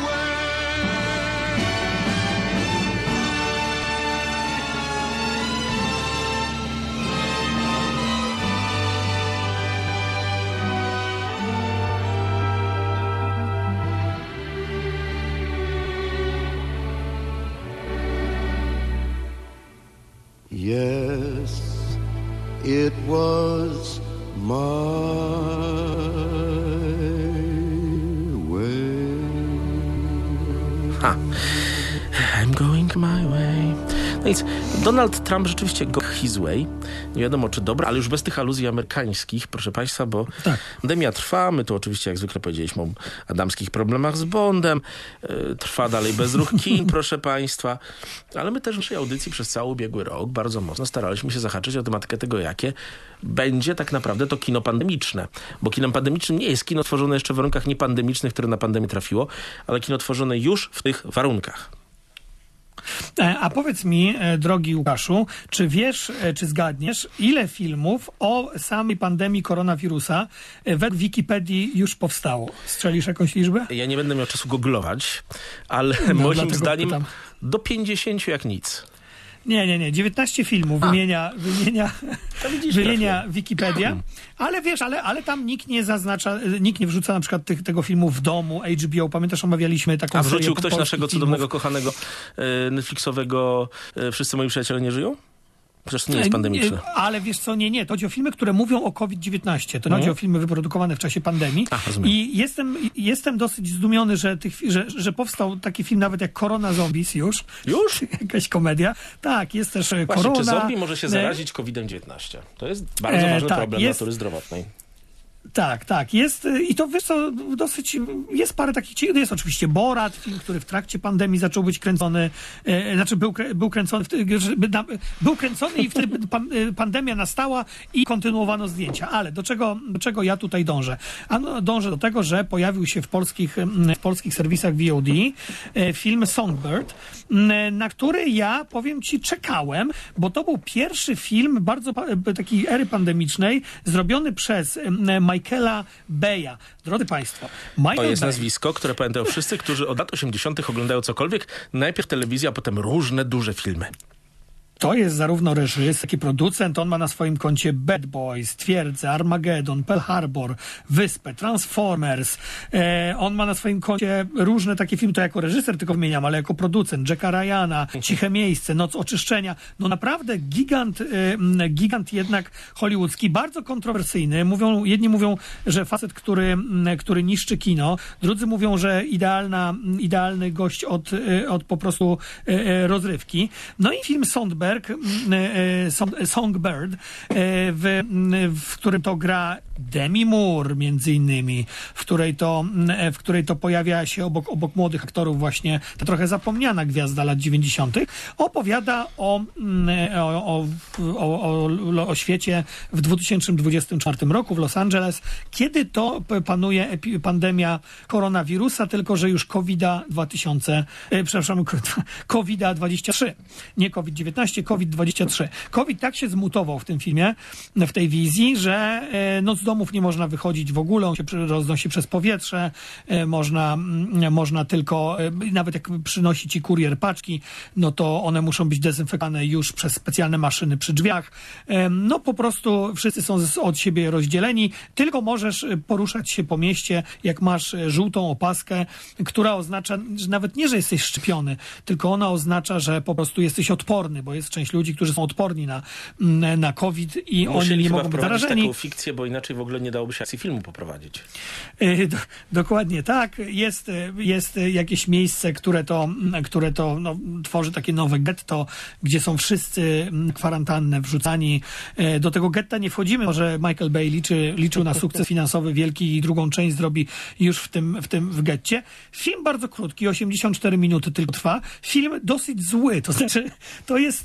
Yes, it was my way. Ha. I'm going my way. No nic, Donald Trump rzeczywiście go his way. Nie wiadomo czy dobra, ale już bez tych aluzji amerykańskich, proszę państwa, bo pandemia trwa. My tu oczywiście jak zwykle powiedzieliśmy o adamskich problemach z Bondem. Trwa dalej bezruch kin, proszę państwa. Ale my też w naszej audycji przez cały ubiegły rok bardzo mocno staraliśmy się zahaczyć o tematykę tego, jakie będzie tak naprawdę to kino pandemiczne. Bo kinem pandemicznym nie jest kino tworzone jeszcze w warunkach niepandemicznych, które na pandemię trafiło, ale kino tworzone już w tych warunkach. A powiedz mi, drogi Łukaszu, czy wiesz, czy zgadniesz, ile filmów o samej pandemii koronawirusa według Wikipedii już powstało? Strzelisz jakąś liczbę? Ja nie będę miał czasu googlować, ale moim zdaniem pytam. Do 50 jak nic. Nie. 19 filmów wymienia Wikipedia, ale wiesz, ale tam nikt nie zaznacza, nikt nie wrzuca na przykład tego filmu W domu, HBO. Pamiętasz, omawialiśmy taką serię. A wrzucił ktoś naszego cudownego, kochanego Netflixowego Wszyscy moi przyjaciele nie żyją? Przecież to nie jest pandemiczne. Ale wiesz co, nie. To chodzi o filmy, które mówią o COVID-19. To chodzi o filmy wyprodukowane w czasie pandemii. I jestem dosyć zdumiony, że powstał taki film nawet jak Korona Zombies już. Już? Jakaś komedia. Tak, jest też Właśnie, korona. Czy zombie może się zarazić COVID-19? To jest bardzo ważny problem natury zdrowotnej. Tak, jest i to wiesz co, dosyć, jest parę takich, jest oczywiście Borat, film, który w trakcie pandemii zaczął być kręcony, był kręcony i wtedy pandemia nastała i kontynuowano zdjęcia, ale do czego ja tutaj dążę? Dążę do tego, że pojawił się w polskich serwisach VOD film Songbird, na który ja, powiem ci, czekałem, bo to był pierwszy film bardzo takiej ery pandemicznej, zrobiony przez Michaela Beya. Drodzy Państwo, to jest nazwisko, które pamiętają wszyscy, którzy od lat 80. oglądają cokolwiek. Najpierw telewizja, a potem różne duże filmy. To jest zarówno reżyser, jak i producent. On ma na swoim koncie Bad Boys, Twierdzę, Armageddon, Pearl Harbor, Wyspę, Transformers. On ma na swoim koncie różne takie filmy, to jako reżyser tylko wymieniam, ale jako producent. Jacka Ryana, Ciche miejsce, Noc oczyszczenia. No naprawdę gigant jednak hollywoodzki, bardzo kontrowersyjny. Jedni mówią, że facet, który niszczy kino. Drudzy mówią, że idealny gość od po prostu rozrywki. No i film Songbird, w którym to gra Demi Moore między innymi, w której to pojawia się obok młodych aktorów właśnie ta trochę zapomniana gwiazda lat 90. opowiada o świecie w 2024 roku w Los Angeles, kiedy to panuje pandemia koronawirusa, tylko że już COVID-23, nie COVID-19, COVID-23. COVID tak się zmutował w tym filmie, w tej wizji, że z domów nie można wychodzić w ogóle, on się roznosi przez powietrze, można tylko, nawet jak przynosi ci kurier paczki, no to one muszą być dezynfekowane już przez specjalne maszyny przy drzwiach. No po prostu wszyscy są od siebie rozdzieleni, tylko możesz poruszać się po mieście, jak masz żółtą opaskę, która oznacza, że nawet nie, że jesteś szczepiony, tylko ona oznacza, że po prostu jesteś odporny, bo jest część ludzi, którzy są odporni na COVID i oni nie mogą być zarażeni. Taką fikcję, bo inaczej w ogóle nie dałoby się akcji filmu poprowadzić. Dokładnie tak. Jest jakieś miejsce, które to tworzy takie nowe getto, gdzie są wszyscy kwarantannę wrzucani. Do tego getta nie wchodzimy. Może Michael Bay liczył na sukces finansowy wielki i drugą część zrobi już w getcie. Film bardzo krótki, 84 minuty tylko trwa. Film dosyć zły. To znaczy, to jest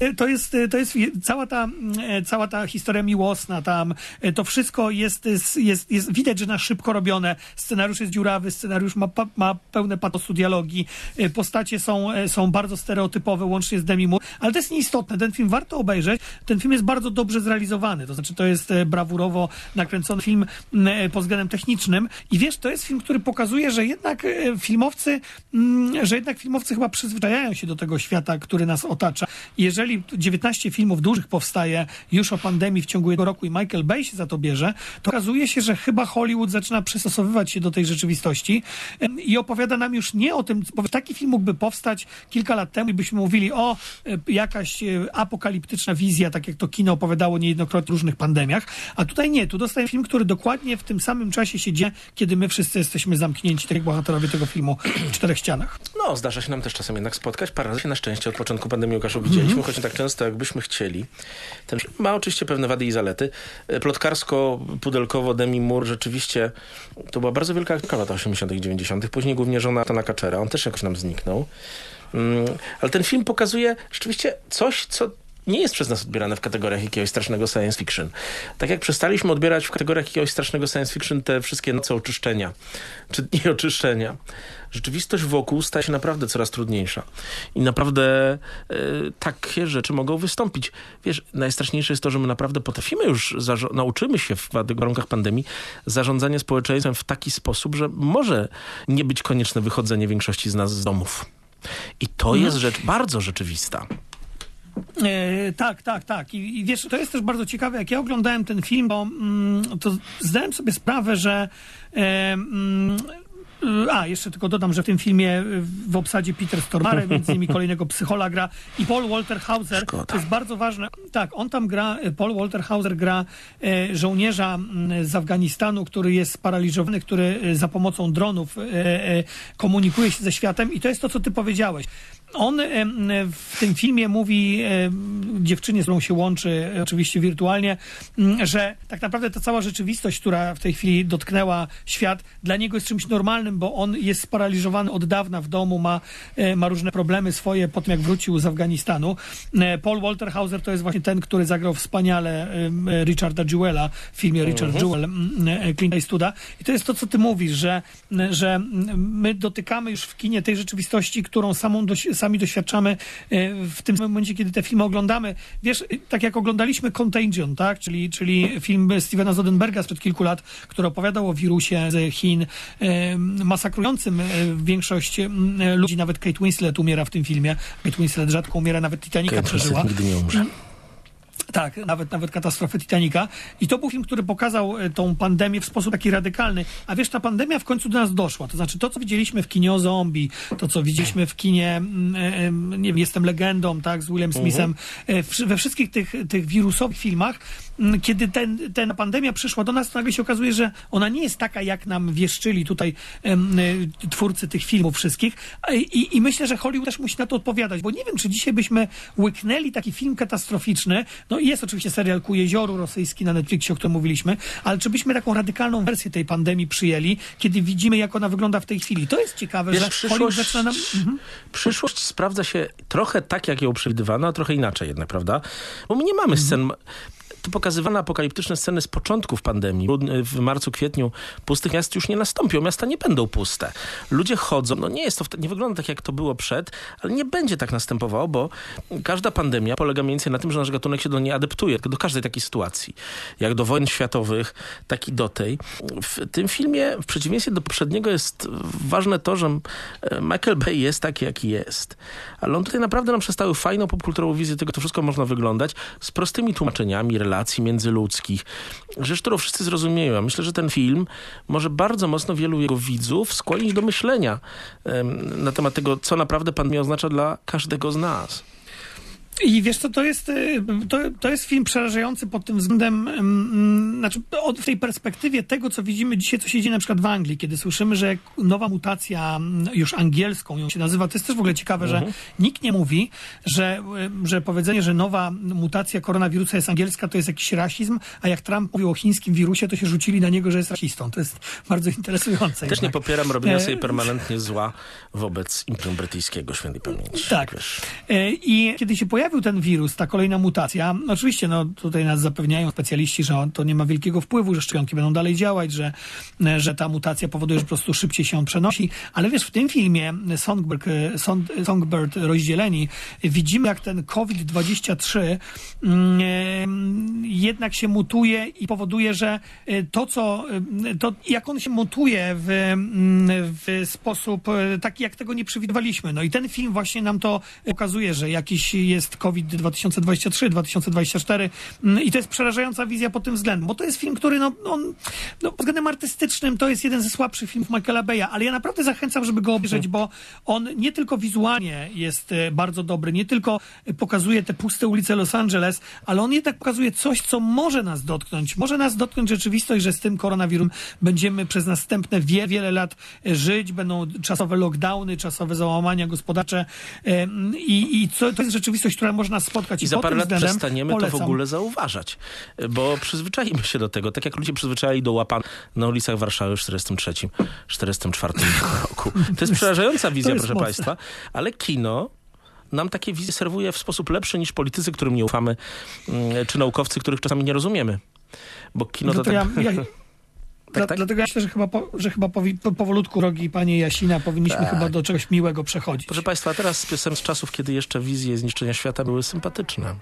cała ta historia miłosna tam, to wszystko jest widać, że na szybko robione. Scenariusz jest dziurawy, scenariusz ma pełne patosu dialogi, postacie są bardzo stereotypowe, łącznie z Demi Moore, ale to jest nieistotne. Ten film warto obejrzeć. Ten film jest bardzo dobrze zrealizowany. To znaczy, to jest brawurowo nakręcony film pod względem technicznym i wiesz, to jest film, który pokazuje, że jednak filmowcy chyba przyzwyczajają się do tego świata, który nas otacza. Jeżeli jeżeli 19 filmów dużych powstaje już o pandemii w ciągu jednego roku i Michael Bay się za to bierze, to okazuje się, że chyba Hollywood zaczyna przystosowywać się do tej rzeczywistości i opowiada nam już nie o tym, bo taki film mógłby powstać kilka lat temu i byśmy mówili o jakaś apokaliptyczna wizja, tak jak to kino opowiadało niejednokrotnie o różnych pandemiach, a tutaj nie, tu dostaje film, który dokładnie w tym samym czasie się dzieje, kiedy my wszyscy jesteśmy zamknięci, tak jak bohaterowie tego filmu, w 4 ścianach. No, zdarza się nam też czasem jednak spotkać. Parę razy się na szczęście od początku pandemii, Łukaszu, widzieliśmy, choć nie tak często, jakbyśmy chcieli. Ten film ma oczywiście pewne wady i zalety. Plotkarsko, pudelkowo Demi Moore rzeczywiście to była bardzo wielka aktorka w latach 80. i 90. Później głównie żona Tona Kutchera. On też jakoś nam zniknął. Ale ten film pokazuje rzeczywiście coś, co nie jest przez nas odbierane w kategoriach jakiegoś strasznego science fiction. Tak jak przestaliśmy odbierać w kategoriach jakiegoś strasznego science fiction te wszystkie noce oczyszczenia, czy dni oczyszczenia. Rzeczywistość wokół staje się naprawdę coraz trudniejsza. I naprawdę takie rzeczy mogą wystąpić. Wiesz, najstraszniejsze jest to, że my naprawdę potrafimy już, nauczymy się w warunkach pandemii zarządzania społeczeństwem w taki sposób, że może nie być konieczne wychodzenie większości z nas z domów. I to jest rzecz bardzo rzeczywista. Tak. I wiesz, to jest też bardzo ciekawe, jak ja oglądałem ten film, bo to zdałem sobie sprawę, że jeszcze tylko dodam, że w tym filmie w obsadzie Peter Stormare, między innymi kolejnego psychola gra i Paul Walter Hauser. Szkoda. To jest bardzo ważne. Tak, on tam gra, Paul Walter Hauser gra żołnierza z Afganistanu, który jest sparaliżowany, który za pomocą dronów komunikuje się ze światem i to jest to, co ty powiedziałeś. On w tym filmie mówi dziewczynie, z którą się łączy oczywiście wirtualnie, że tak naprawdę ta cała rzeczywistość, która w tej chwili dotknęła świat, dla niego jest czymś normalnym, bo on jest sparaliżowany od dawna w domu, ma różne problemy swoje po tym, jak wrócił z Afganistanu. Paul Walter Hauser to jest właśnie ten, który zagrał wspaniale Richarda Jewella w filmie Richard Jewell Clint Eastwooda. I to jest to, co ty mówisz, że my dotykamy już w kinie tej rzeczywistości, którą sami doświadczamy w tym momencie, kiedy te filmy oglądamy. Wiesz, tak jak oglądaliśmy Contagion, tak? Czyli film Stevena Soderbergha sprzed kilku lat, który opowiadał o wirusie z Chin, masakrującym większość ludzi, nawet Kate Winslet umiera w tym filmie. Kate Winslet rzadko umiera, nawet Titanica przeżyła. Nigdy nie umrze. Tak, nawet katastrofę Titanica. I to był film, który pokazał tą pandemię w sposób taki radykalny. A wiesz, ta pandemia w końcu do nas doszła. To znaczy to, co widzieliśmy w kinie o zombie, to, co widzieliśmy w kinie nie wiem, Jestem legendą, tak, z Willem Smithem, we wszystkich tych wirusowych filmach, kiedy ta pandemia przyszła do nas, to nagle się okazuje, że ona nie jest taka, jak nam wieszczyli tutaj twórcy tych filmów wszystkich. I myślę, że Hollywood też musi na to odpowiadać, bo nie wiem, czy dzisiaj byśmy łyknęli taki film katastroficzny. No i jest oczywiście serial Ku jezioru rosyjski na Netflixie, o którym mówiliśmy, ale czy byśmy taką radykalną wersję tej pandemii przyjęli, kiedy widzimy, jak ona wygląda w tej chwili? To jest ciekawe, Wiesz, że Hollywood zaczyna nam... Przyszłość sprawdza się trochę tak, jak ją przewidywano, a trochę inaczej jednak, prawda? Bo my nie mamy scen... Tu pokazywane apokaliptyczne sceny z początków pandemii. W marcu, kwietniu pustych miast już nie nastąpią. Miasta nie będą puste. Ludzie chodzą. No nie wygląda tak, jak to było przed, ale nie będzie tak następowało, bo każda pandemia polega mniej więcej na tym, że nasz gatunek się do niej adaptuje. Do każdej takiej sytuacji. Jak do wojen światowych, tak i do tej. W tym filmie, w przeciwieństwie do poprzedniego, jest ważne to, że Michael Bay jest taki, jaki jest. Ale on tutaj naprawdę nam przedstawił fajną popkulturową wizję tego, to wszystko można wyglądać z prostymi tłumaczeniami, relacji międzyludzkich. Rzecz, którą wszyscy zrozumieją. Myślę, że ten film może bardzo mocno wielu jego widzów skłonić do myślenia na temat tego, co naprawdę pandemia oznacza dla każdego z nas. I wiesz co, to jest film przerażający pod tym względem, w tej perspektywie tego, co widzimy dzisiaj, co się dzieje na przykład w Anglii, kiedy słyszymy, że nowa mutacja, już angielską ją się nazywa, to jest też w ogóle ciekawe, że nikt nie mówi, że powiedzenie, że nowa mutacja koronawirusa jest angielska, to jest jakiś rasizm, a jak Trump mówił o chińskim wirusie, to się rzucili na niego, że jest rasistą. To jest bardzo interesujące. Też nie popieram robienia sobie permanentnie zła wobec Imperium Brytyjskiego, świętej pamięci. Tak. I kiedy się pojawił ten wirus, ta kolejna mutacja, oczywiście tutaj nas zapewniają specjaliści, że to nie ma wielkiego wpływu, że szczepionki będą dalej działać, że ta mutacja powoduje, że po prostu szybciej się on przenosi, ale wiesz, w tym filmie Songbird rozdzieleni, widzimy, jak ten COVID-23 jednak się mutuje i powoduje, że jak on się mutuje w sposób taki, jak tego nie przewidywaliśmy. No i ten film właśnie nam to pokazuje, że jakiś jest COVID 2023-2024 i to jest przerażająca wizja pod tym względem, bo to jest film, który pod względem artystycznym to jest jeden ze słabszych filmów Michaela Bay'a, ale ja naprawdę zachęcam, żeby go obejrzeć, bo on nie tylko wizualnie jest bardzo dobry, nie tylko pokazuje te puste ulice Los Angeles, ale on jednak pokazuje coś, co może nas dotknąć. Może nas dotknąć rzeczywistość, że z tym koronawirusem będziemy przez następne wiele lat żyć, będą czasowe lockdowny, czasowe załamania gospodarcze i to jest rzeczywistość, która może nas spotkać. I za parę lat przestaniemy to w ogóle zauważać, bo przyzwyczaimy się do tego, tak jak ludzie przyzwyczaili do łapan na ulicach Warszawy w 1943-1944 roku. To jest przerażająca wizja, proszę Państwa, ale kino nam takie wizje serwuje w sposób lepszy niż politycy, którym nie ufamy, czy naukowcy, których czasami nie rozumiemy. Bo kino to tak... Dlatego ja myślę, że chyba powolutku, drogi panie Jasina, powinniśmy chyba do czegoś miłego przechodzić. Proszę Państwa, teraz jestem z czasów, kiedy jeszcze wizje zniszczenia świata były sympatyczne.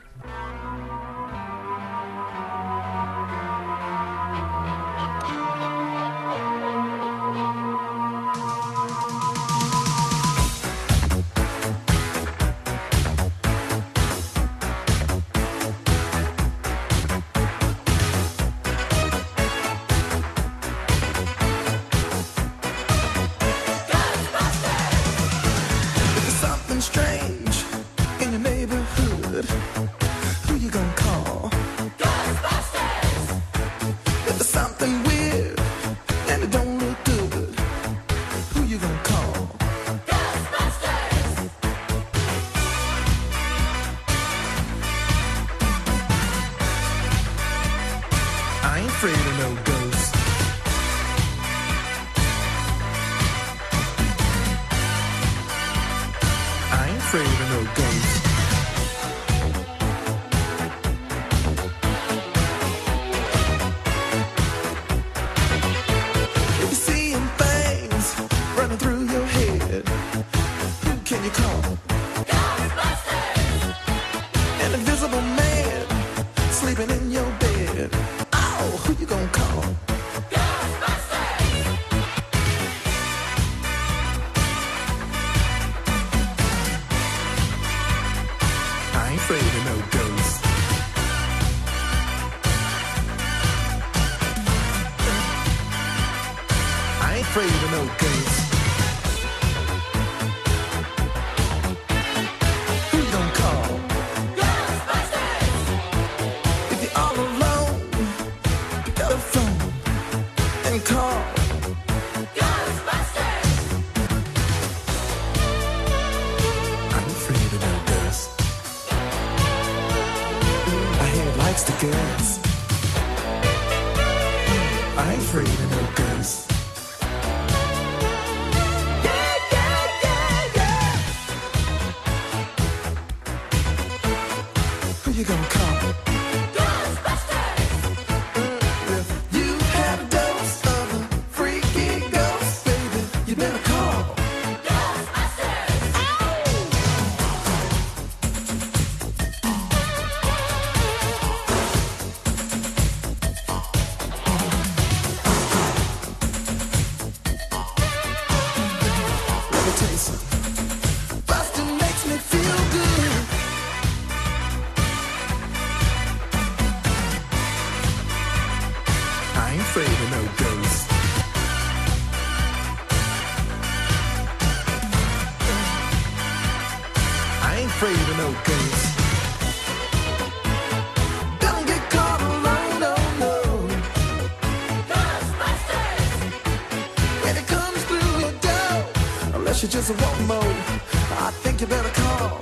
You just want more. I think you better call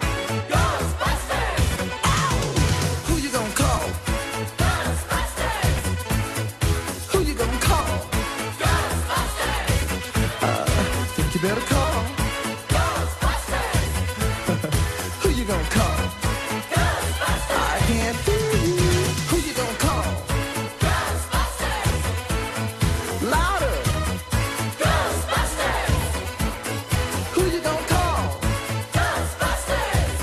Ghostbusters. Ow! Who you gonna call? Ghostbusters. Who you gonna call? Ghostbusters. I think you better call Ghostbusters. Who you gonna call? Ghostbusters. I can't hear you. Who you gonna call? Ghostbusters. Louder. Ghostbusters. Who you gonna call? Ghostbusters.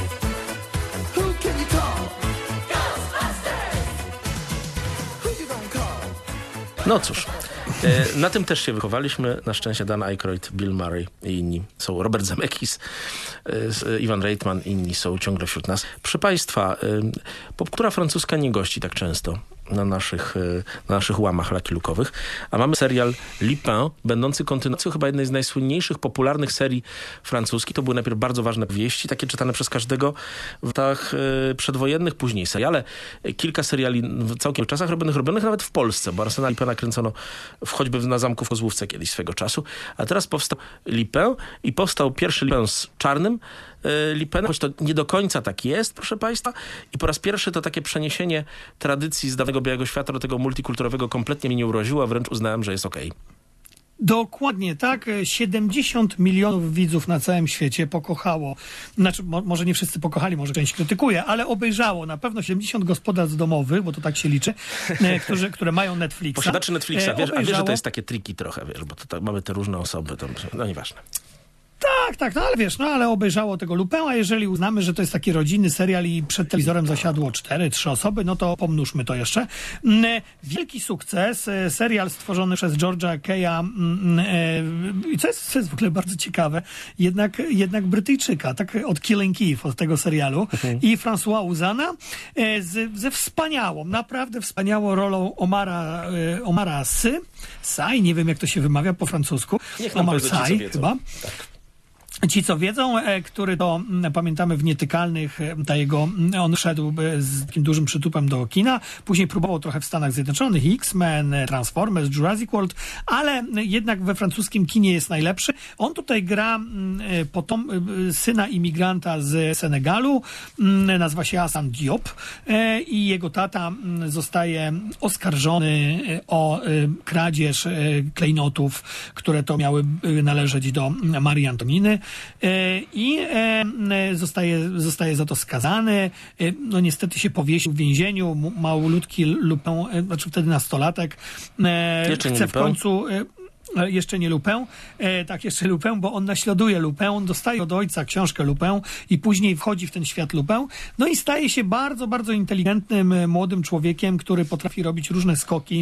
Who can you call? Ghostbusters. Who you gonna call? No cóż, Na tym też się wychowaliśmy. Na szczęście Dan Aykroyd, Bill Murray i inni są. Robert Zemeckis, Ivan Reitman i inni są ciągle wśród nas. Proszę Państwa, popkultura francuska nie gości tak często na naszych łamach Lucky Luke'owych, a mamy serial Lupin, będący kontynuacją chyba jednej z najsłynniejszych, popularnych serii francuskich. To były najpierw bardzo ważne wieści, takie czytane przez każdego w latach przedwojennych, później seriale. Kilka seriali w całkiem czasach robionych nawet w Polsce, bo Arsena Lupina kręcono choćby na Zamku w Kozłówce kiedyś swego czasu. A teraz powstał Lupin i powstał pierwszy Lupin z czarnym Lupinem, choć to nie do końca tak jest, proszę Państwa. I po raz pierwszy to takie przeniesienie tradycji z dawnego Białego Świata do tego multikulturowego kompletnie mnie nie uraziło, a wręcz uznałem, że jest okej. Dokładnie tak. 70 milionów widzów na całym świecie pokochało. Znaczy, może nie wszyscy pokochali, może część krytykuje, ale obejrzało na pewno 70 gospodarstw domowych, bo to tak się liczy, które mają Netflixa. Posiadaczy Netflixa, wiesz, a wiesz, że to jest takie triki trochę, wiesz, bo to mamy te różne osoby, to, no nieważne. Tak, no ale wiesz, ale obejrzało tego Lupin, a jeżeli uznamy, że to jest taki rodzinny serial i przed telewizorem zasiadło 4-3 osoby, no to pomnóżmy to jeszcze. Wielki sukces, serial stworzony przez George'a Keya i co jest w ogóle bardzo ciekawe, jednak Brytyjczyka, tak od Killing Eve, od tego serialu i François Ozana ze wspaniałą, naprawdę wspaniałą rolą Omara Sy, nie wiem jak to się wymawia po francusku, Omar Sy chyba. Tak. Ci, co wiedzą, który to, pamiętamy w Nietykalnych, on szedł z takim dużym przytupem do kina, później próbował trochę w Stanach Zjednoczonych, X-Men, Transformers, Jurassic World, ale jednak we francuskim kinie jest najlepszy. On tutaj gra syna imigranta z Senegalu, nazywa się Assane Diop i jego tata zostaje oskarżony o kradzież klejnotów, które to miały należeć do Marii Antoniny. I zostaje za to skazany. No niestety się powiesił w więzieniu. Małolutki Lupin, znaczy wtedy nastolatek, chce w końcu... Jeszcze nie Lupin, jeszcze Lupin, bo on naśladuje Lupin, on dostaje od ojca książkę Lupin i później wchodzi w ten świat Lupin, no i staje się bardzo, bardzo inteligentnym młodym człowiekiem, który potrafi robić różne skoki,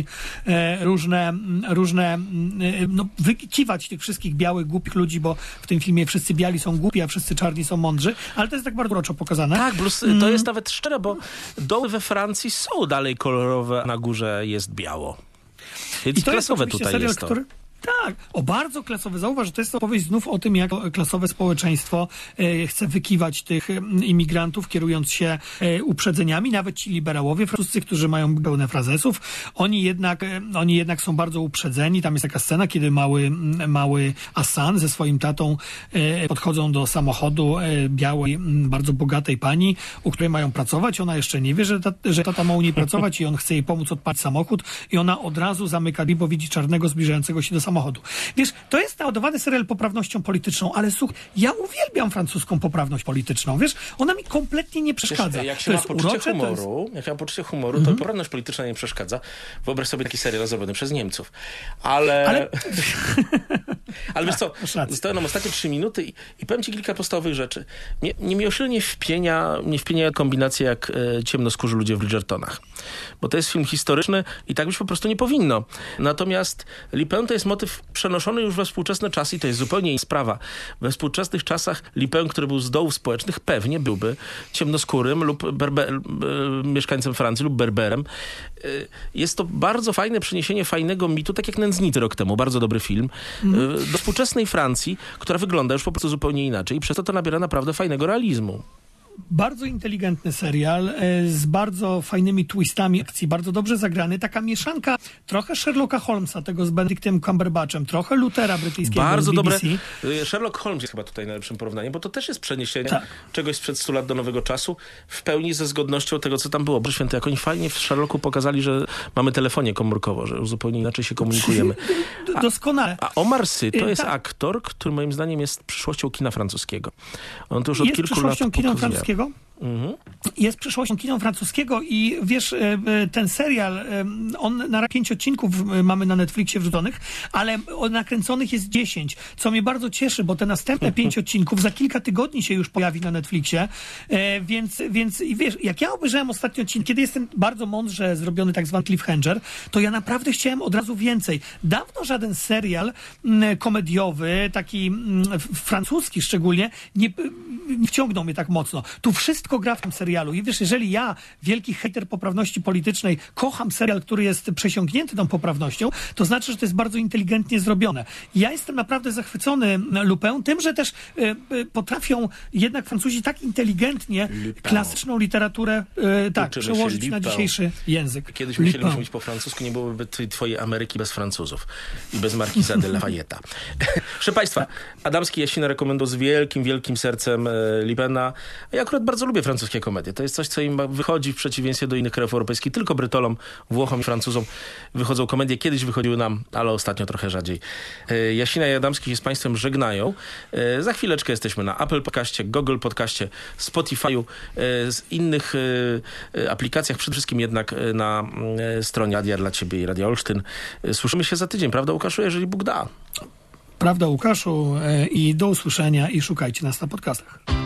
wykiwać tych wszystkich białych, głupich ludzi, bo w tym filmie wszyscy biali są głupi, a wszyscy czarni są mądrzy, ale to jest tak bardzo uroczo pokazane. Tak, plus to jest nawet szczere, bo doły we Francji są dalej kolorowe, a na górze jest biało. Więc klasowe tutaj serial, jest to. Tak, bardzo klasowy. Zauważ, że to jest opowieść znów o tym, jak klasowe społeczeństwo chce wykiwać tych imigrantów, kierując się uprzedzeniami. Nawet ci liberałowie francuscy, którzy mają pełne frazesów, oni jednak są bardzo uprzedzeni. Tam jest taka scena, kiedy mały Assane ze swoim tatą podchodzą do samochodu białej, bardzo bogatej pani, u której mają pracować. Ona jeszcze nie wie, że tata ma u niej pracować i on chce jej pomóc odpalić samochód i ona od razu zamyka drzwi, bo widzi czarnego zbliżającego się do samochodu. Wiesz, to jest naładowany serial poprawnością polityczną, ale słuchaj, ja uwielbiam francuską poprawność polityczną, wiesz, ona mi kompletnie nie przeszkadza. Wiesz, jak się ma poczucie humoru, to poprawność polityczna nie przeszkadza. Wyobraź sobie taki serial zrobiony przez Niemców. Ale wiesz co, zostały nam ostatnie 3 minuty i powiem ci kilka podstawowych rzeczy. Nie wpienia kombinacje jak ciemnoskórzy ludzie w Bridgertonach. Bo to jest film historyczny i tak być po prostu nie powinno. Natomiast Lupin to jest motyw przenoszony już we współczesne czasy i to jest zupełnie inna sprawa. We współczesnych czasach Lupin, który był z dołów społecznych, pewnie byłby ciemnoskórym lub mieszkańcem Francji lub Berberem. Jest to bardzo fajne przeniesienie fajnego mitu, tak jak Nędznicy rok temu, bardzo dobry film, do współczesnej Francji, która wygląda już po prostu zupełnie inaczej i przez to nabiera naprawdę fajnego realizmu. Bardzo inteligentny serial, z bardzo fajnymi twistami akcji, bardzo dobrze zagrany. Taka mieszanka trochę Sherlocka Holmesa, tego z Benedictem Cumberbatchem, trochę Luthera brytyjskiego bardzo z BBC. Dobre. Sherlock Holmes jest chyba tutaj najlepszym porównaniem, bo to też jest przeniesienie czegoś sprzed 100 lat do nowego czasu, w pełni ze zgodnością tego, co tam było. Boże święty, jak oni fajnie w Sherlocku pokazali, że mamy telefonię komórkowo, że zupełnie inaczej się komunikujemy. Doskonale. A Omar Sy to jest aktor, który moim zdaniem jest przyszłością kina francuskiego. On to już od kilku lat pokazuje. jest przyszłością kina francuskiego i wiesz, ten serial, on na 5 odcinków mamy na Netflixie wrzuconych, ale nakręconych jest 10, co mnie bardzo cieszy, bo te następne 5 odcinków za kilka tygodni się już pojawi na Netflixie, więc i wiesz, jak ja obejrzałem ostatni odcinek, kiedy jestem bardzo mądrze zrobiony tak zwany cliffhanger, to ja naprawdę chciałem od razu więcej. Dawno żaden serial komediowy, taki francuski szczególnie, nie wciągnął mnie tak mocno. Tu wszystko gra w tym serialu i wiesz, jeżeli ja, wielki hejter poprawności politycznej, kocham serial, który jest przesiąknięty tą poprawnością, to znaczy, że to jest bardzo inteligentnie zrobione. I ja jestem naprawdę zachwycony Lupin tym, że też potrafią jednak Francuzi tak inteligentnie klasyczną literaturę przełożyć na dzisiejszy język. Kiedyś musieli mówić po francusku, nie byłoby twojej Ameryki bez Francuzów i bez Markiza de Lafayette'a. Proszę Państwa, Adamski Jasina rekomenduję z wielkim, wielkim sercem Lupina. Ja akurat bardzo lubię francuskie komedie. To jest coś, co im wychodzi w przeciwieństwie do innych krajów europejskich. Tylko Brytolom, Włochom i Francuzom wychodzą komedie. Kiedyś wychodziły nam, ale ostatnio trochę rzadziej. Jasina i Adamski się z Państwem żegnają. Za chwileczkę jesteśmy na Apple Podcaście, Google Podcaście, Spotify'u, z innych aplikacjach, przede wszystkim jednak na stronie Radia dla Ciebie i Radia Olsztyn. Słyszymy się za tydzień, prawda Łukaszu, jeżeli Bóg da? Prawda Łukaszu i do usłyszenia i szukajcie nas na podcastach.